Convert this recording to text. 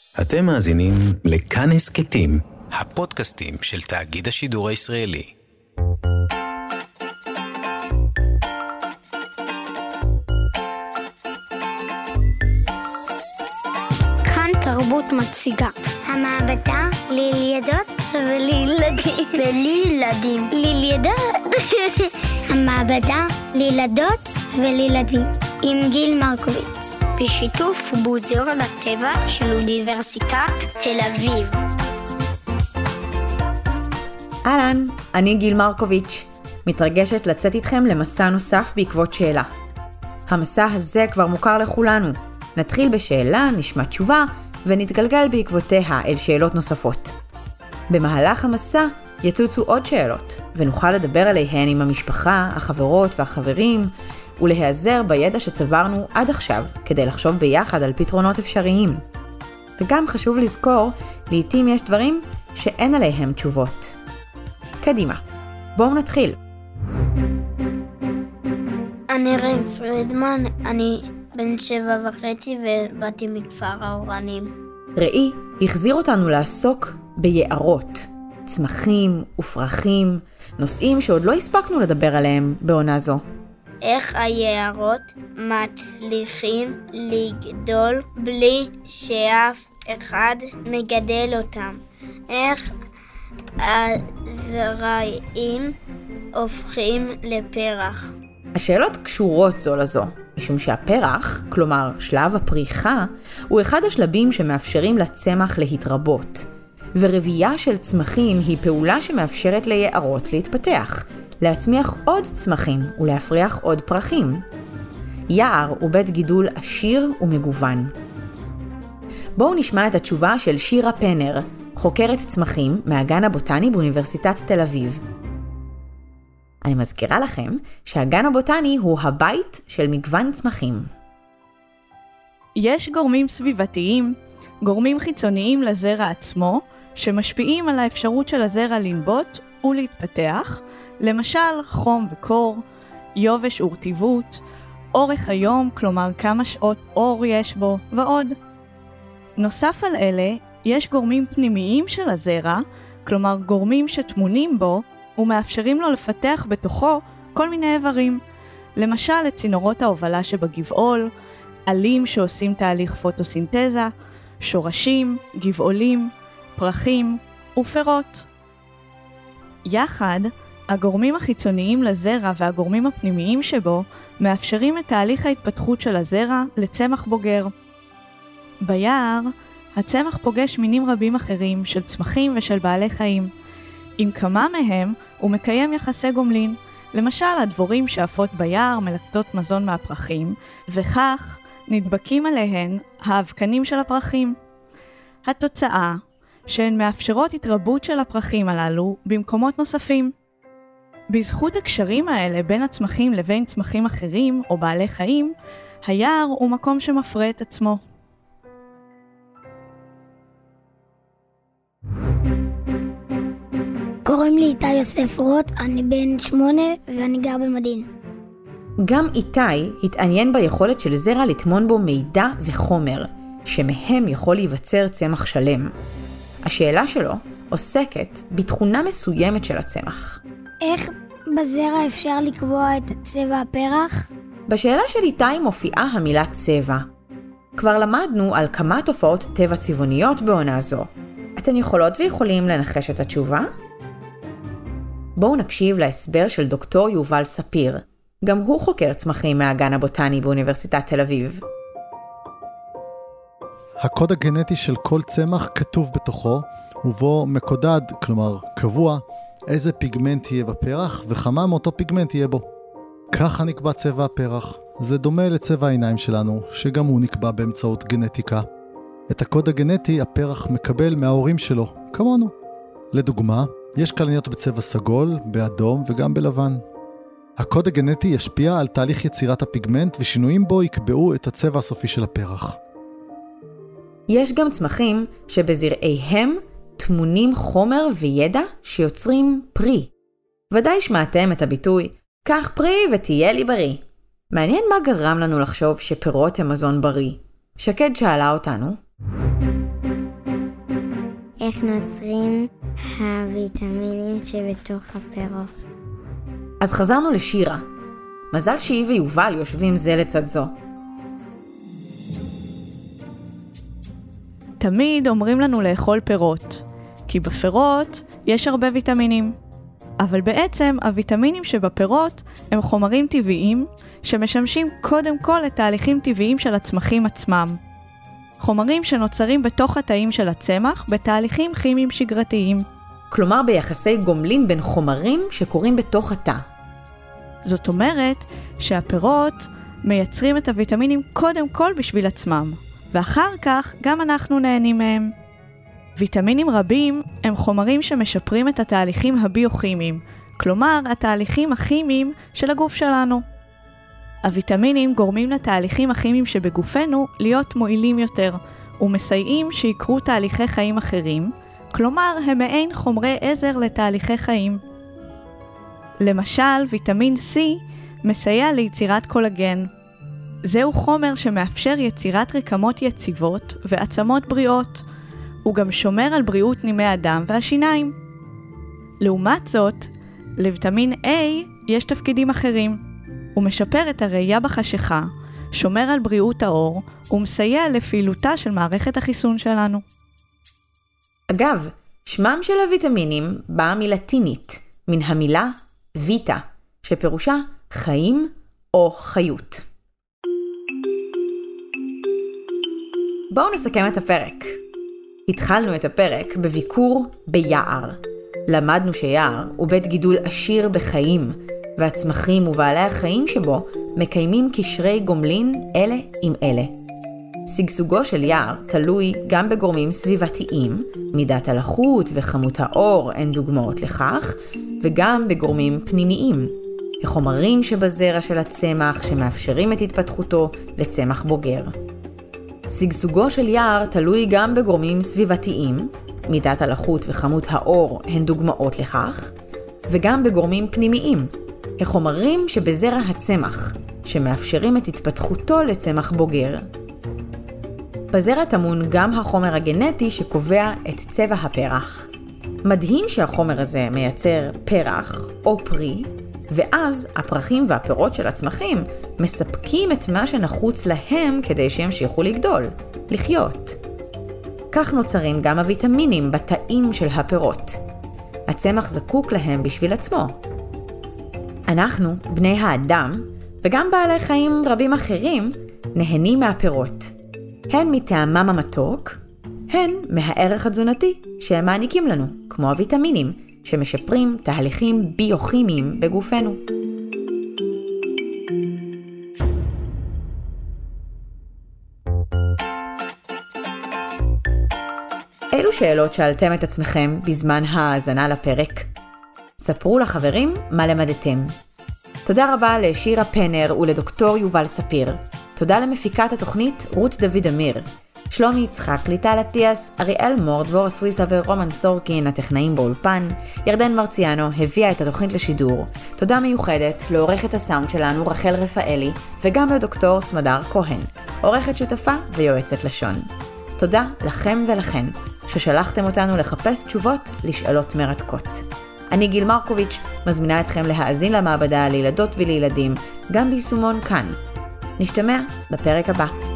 אתם מאזינים לכאן הסכתים, הפודקאסטים של תאגיד השידור הישראלי. כאן תרבות מציגה. המעבדה לילדות ולילדים. לילדות. המעבדה לילדות ולילדים. עם גיל מרקוביץ. בשיתוף מוזיאון הטבע של אוניברסיטת תל אביב. אהלן, אני גיל מרקוביץ, מתרגשת לצאת איתכם למסע נוסף בעקבות שאלה. המסע הזה כבר מוכר לכולנו. נתחיל בשאלה, נשמע תשובה, ונתגלגל בעקבותיה אל שאלות נוספות. במהלך המסע יצוצו עוד שאלות, ונוכל לדבר עליהן עם המשפחה, החברות והחברים, ולהיעזר בידע שצברנו עד עכשיו, כדי לחשוב ביחד על פתרונות אפשריים. וגם חשוב לזכור, לעתים יש דברים שאין עליהם תשובות. קדימה, בואו נתחיל. אני רם פרידמן, אני בן 7.5 ובאתי מכפר האורנים. ראי החזיר אותנו לעסוק ביערות, צמחים ופרחים, נושאים שעוד לא הספקנו לדבר עליהם בעונה זו. איך היערות מצליחים לגדול בלי שאף אחד מגדל אותם? איך הזרעים הופכים לפרח? השאלות קשורות זו לזו, משום שהפרח, כלומר שלב הפריחה, הוא אחד השלבים שמאפשרים לצמח להתרבות. ורבייה של צמחים היא פעולה שמאפשרת ליערות להתפתח, להצמיח עוד צמחים ולהפריח עוד פרחים. יער הוא בית גידול עשיר ומגוון. בואו נשמע את התשובה של שירה פנר, חוקרת צמחים מהגן הבוטני באוניברסיטת תל אביב. אני מזכירה לכם שהגן הבוטני הוא הבית של מגוון צמחים. יש גורמים סביבתיים, גורמים חיצוניים לזרע עצמו, שמשפיעים על האפשרות של הזרע לנבוט ולהתפתח, למשל חום וקור, יובש ורטיבות, אורך היום, כלומר כמה שעות אור יש בו, ועוד. נוסף על אלה, יש גורמים פנימיים של הזרע, כלומר גורמים שטמונים בו, ומאפשרים לו לפתח בתוכו כל מיני איברים, למשל את צינורות ההובלה שבגבעול, עלים שעושים תהליך פוטוסינתזה, שורשים, גבעולים, פרחים ופירות. יחד, הגורמים החיצוניים לזרע והגורמים הפנימיים שבו מאפשרים את תהליך ההתפתחות של הזרע לצמח בוגר. ביער, הצמח פוגש מינים רבים אחרים של צמחים ושל בעלי חיים. עם כמה מהם הוא מקיים יחסי גומלין, למשל הדבורים שאפות ביער מלקטות מזון מהפרחים, וכך נדבקים עליהן האבקנים של הפרחים. התוצאה, שהן מאפשרות התרבות של הפרחים הללו במקומות נוספים. בזכות הקשרים האלה בין הצמחים לבין צמחים אחרים או בעלי חיים, היער הוא מקום שמפרה את עצמו. קוראים לי איתי יוסף רוט, אני בן 8 ואני גר במדין. גם איתי התעניין ביכולת של זרע לטמון בו מידע וחומר, שמהם יכול להיווצר צמח שלם. השאלה שלו עוסקת בתכונה מסוימת של הצמח. איך בזרע אפשר לקבוע את צבע הפרח? בשאלה של איתי מופיעה המילה צבע. כבר למדנו על כמה תופעות טבע צבעוניות בעונה זו. אתן יכולות ויכולים לנחש את התשובה? בואו נקשיב להסבר של דוקטור יובל ספיר. גם הוא חוקר צמחים מהגן הבוטני באוניברסיטת תל אביב. הקוד הגנטי של כל צמח כתוב בתוכו, ובו מקודד, כלומר קבוע, איזה פיגמנט יהיה בפרח וכמה מאותו פיגמנט יהיה בו. ככה נקבע צבע הפרח. זה דומה לצבע העיניים שלנו, שגם הוא נקבע באמצעות גנטיקה. את הקוד הגנטי הפרח מקבל מההורים שלו, כמונו. לדוגמה, יש כלניות בצבע סגול, באדום וגם בלבן. הקוד הגנטי ישפיע על תהליך יצירת הפיגמנט ושינויים בו יקבעו את הצבע הסופי של הפרח. יש גם צמחים שבזרעיהם תמונים חומר וידע שיוצרים פרי. ודאי שמעתם את הביטוי, קח פרי ותהיה לי בריא. מעניין מה גרם לנו לחשוב שפירות הם מזון בריא. שקד שאלה אותנו. איך נוצרים הוויטמינים שבתוך הפירות. אז חזרנו לשירה. מזל שהיא ויובל יושבים זה לצד זו. תמיד אומרים לנו לאכול פירות, כי בפירות יש הרבה ויטמינים. אבל בעצם הוויטמינים שבפירות הם חומרים טבעיים שמשמשים קודם כל לתהליכים טבעיים של הצמחים עצמם. חומרים שנוצרים בתוך התאים של הצמח בתהליכים כימיים שגרתיים. כלומר ביחסי גומלין בין חומרים שקורים בתוך התא. זאת אומרת שהפירות מייצרים את הוויטמינים קודם כל בשביל עצמם, ואחר כך גם אנחנו נהנים מהם. ויטמינים רבים הם חומרים שמשפרים את התהליכים הביוכימיים, כלומר התהליכים הכימיים של הגוף שלנו. הוויטמינים גורמים לתהליכים הכימיים שבגופנו להיות מועילים יותר, ומסייעים שיקרו תהליכי חיים אחרים, כלומר הם מעין חומרי עזר לתהליכי חיים. למשל, ויטמין C מסייע ליצירת קולגן. זהו חומר שמאפשר יצירת רקמות יציבות ועצמות בריאות. הוא גם שומר על בריאות נימי הדם והשיניים. לעומת זאת, לויטמין A יש תפקידים אחרים. הוא משפר את הראייה בחשיכה, שומר על בריאות האור ומסייע לפעילותה של מערכת החיסון שלנו. אגב, שמם של הוויטמינים בא מלטינית, מן המילה ויטה, שפירושה חיים או חיות. בואו נסכם את הפרק. התחלנו את הפרק בביקור ביער. למדנו שיער הוא בית גידול עשיר בחיים, והצמחים ובעלי החיים שבו מקיימים קשרי גומלין אלה עם אלה. שגשוגו של יער תלוי גם בגורמים סביבתיים, מידת הלחות וכמות האור הן דוגמאות לכך, וגם בגורמים פנימיים, החומרים שבזרע של הצמח שמאפשרים את התפתחותו לצמח בוגר. שגשוגו של יער תלוי גם בגורמים סביבתיים, מידת הלחות וכמות האור הן דוגמאות לכך, וגם בגורמים פנימיים, החומרים שבזרע הצמח שמאפשרים את התפתחותו לצמח בוגר. בזרע טמון גם החומר הגנטי שקובע את צבע הפרח. מדהים שהחומר הזה מייצר פרח או פרי, ואז הפרחים והפירות של הצמחים מספקים את מה שנחוץ להם כדי שימשיכו לגדול, לחיות. כך נוצרים גם הוויטמינים בתאים של הפירות. הצמח זקוק להם בשביל עצמו. אנחנו, בני האדם, וגם בעלי חיים רבים אחרים, נהנים מהפירות. הן מטעמם המתוק, הן מהערך התזונתי שהם מעניקים לנו, כמו הוויטמינים, שמשפרים תהליכים ביוכימיים בגופנו. אילו שאלות שאלתם את עצמכם בזמן ההאזנה לפרק? ספרו לחברים מה למדתם. תודה רבה לשירה פנר ולדוקטור יובל ספיר. תודה למפיקת התוכנית רות דוד אמיר. שלומי יצחק, ליטל אטיאס, אריאל מור, דבור הסוויסה ורומן סורקין, הטכנאים באולפן. ירדן מרציאנו הביאה את התוכנית לשידור. תודה מיוחדת לעורכת הסאונד שלנו רחל רפאלי, וגם לדוקטור סמדר כהן, עורכת שותפה ויועצת לשון. תודה לכם ולכן ששלחתם אותנו לחפש תשובות לשאלות מרתקות. אני גיל מרקוביץ', מזמינה אתכם להאזין למעבדה לילדות ולילדים, גם ביישומון כאן. נשתמע בפרק הבא.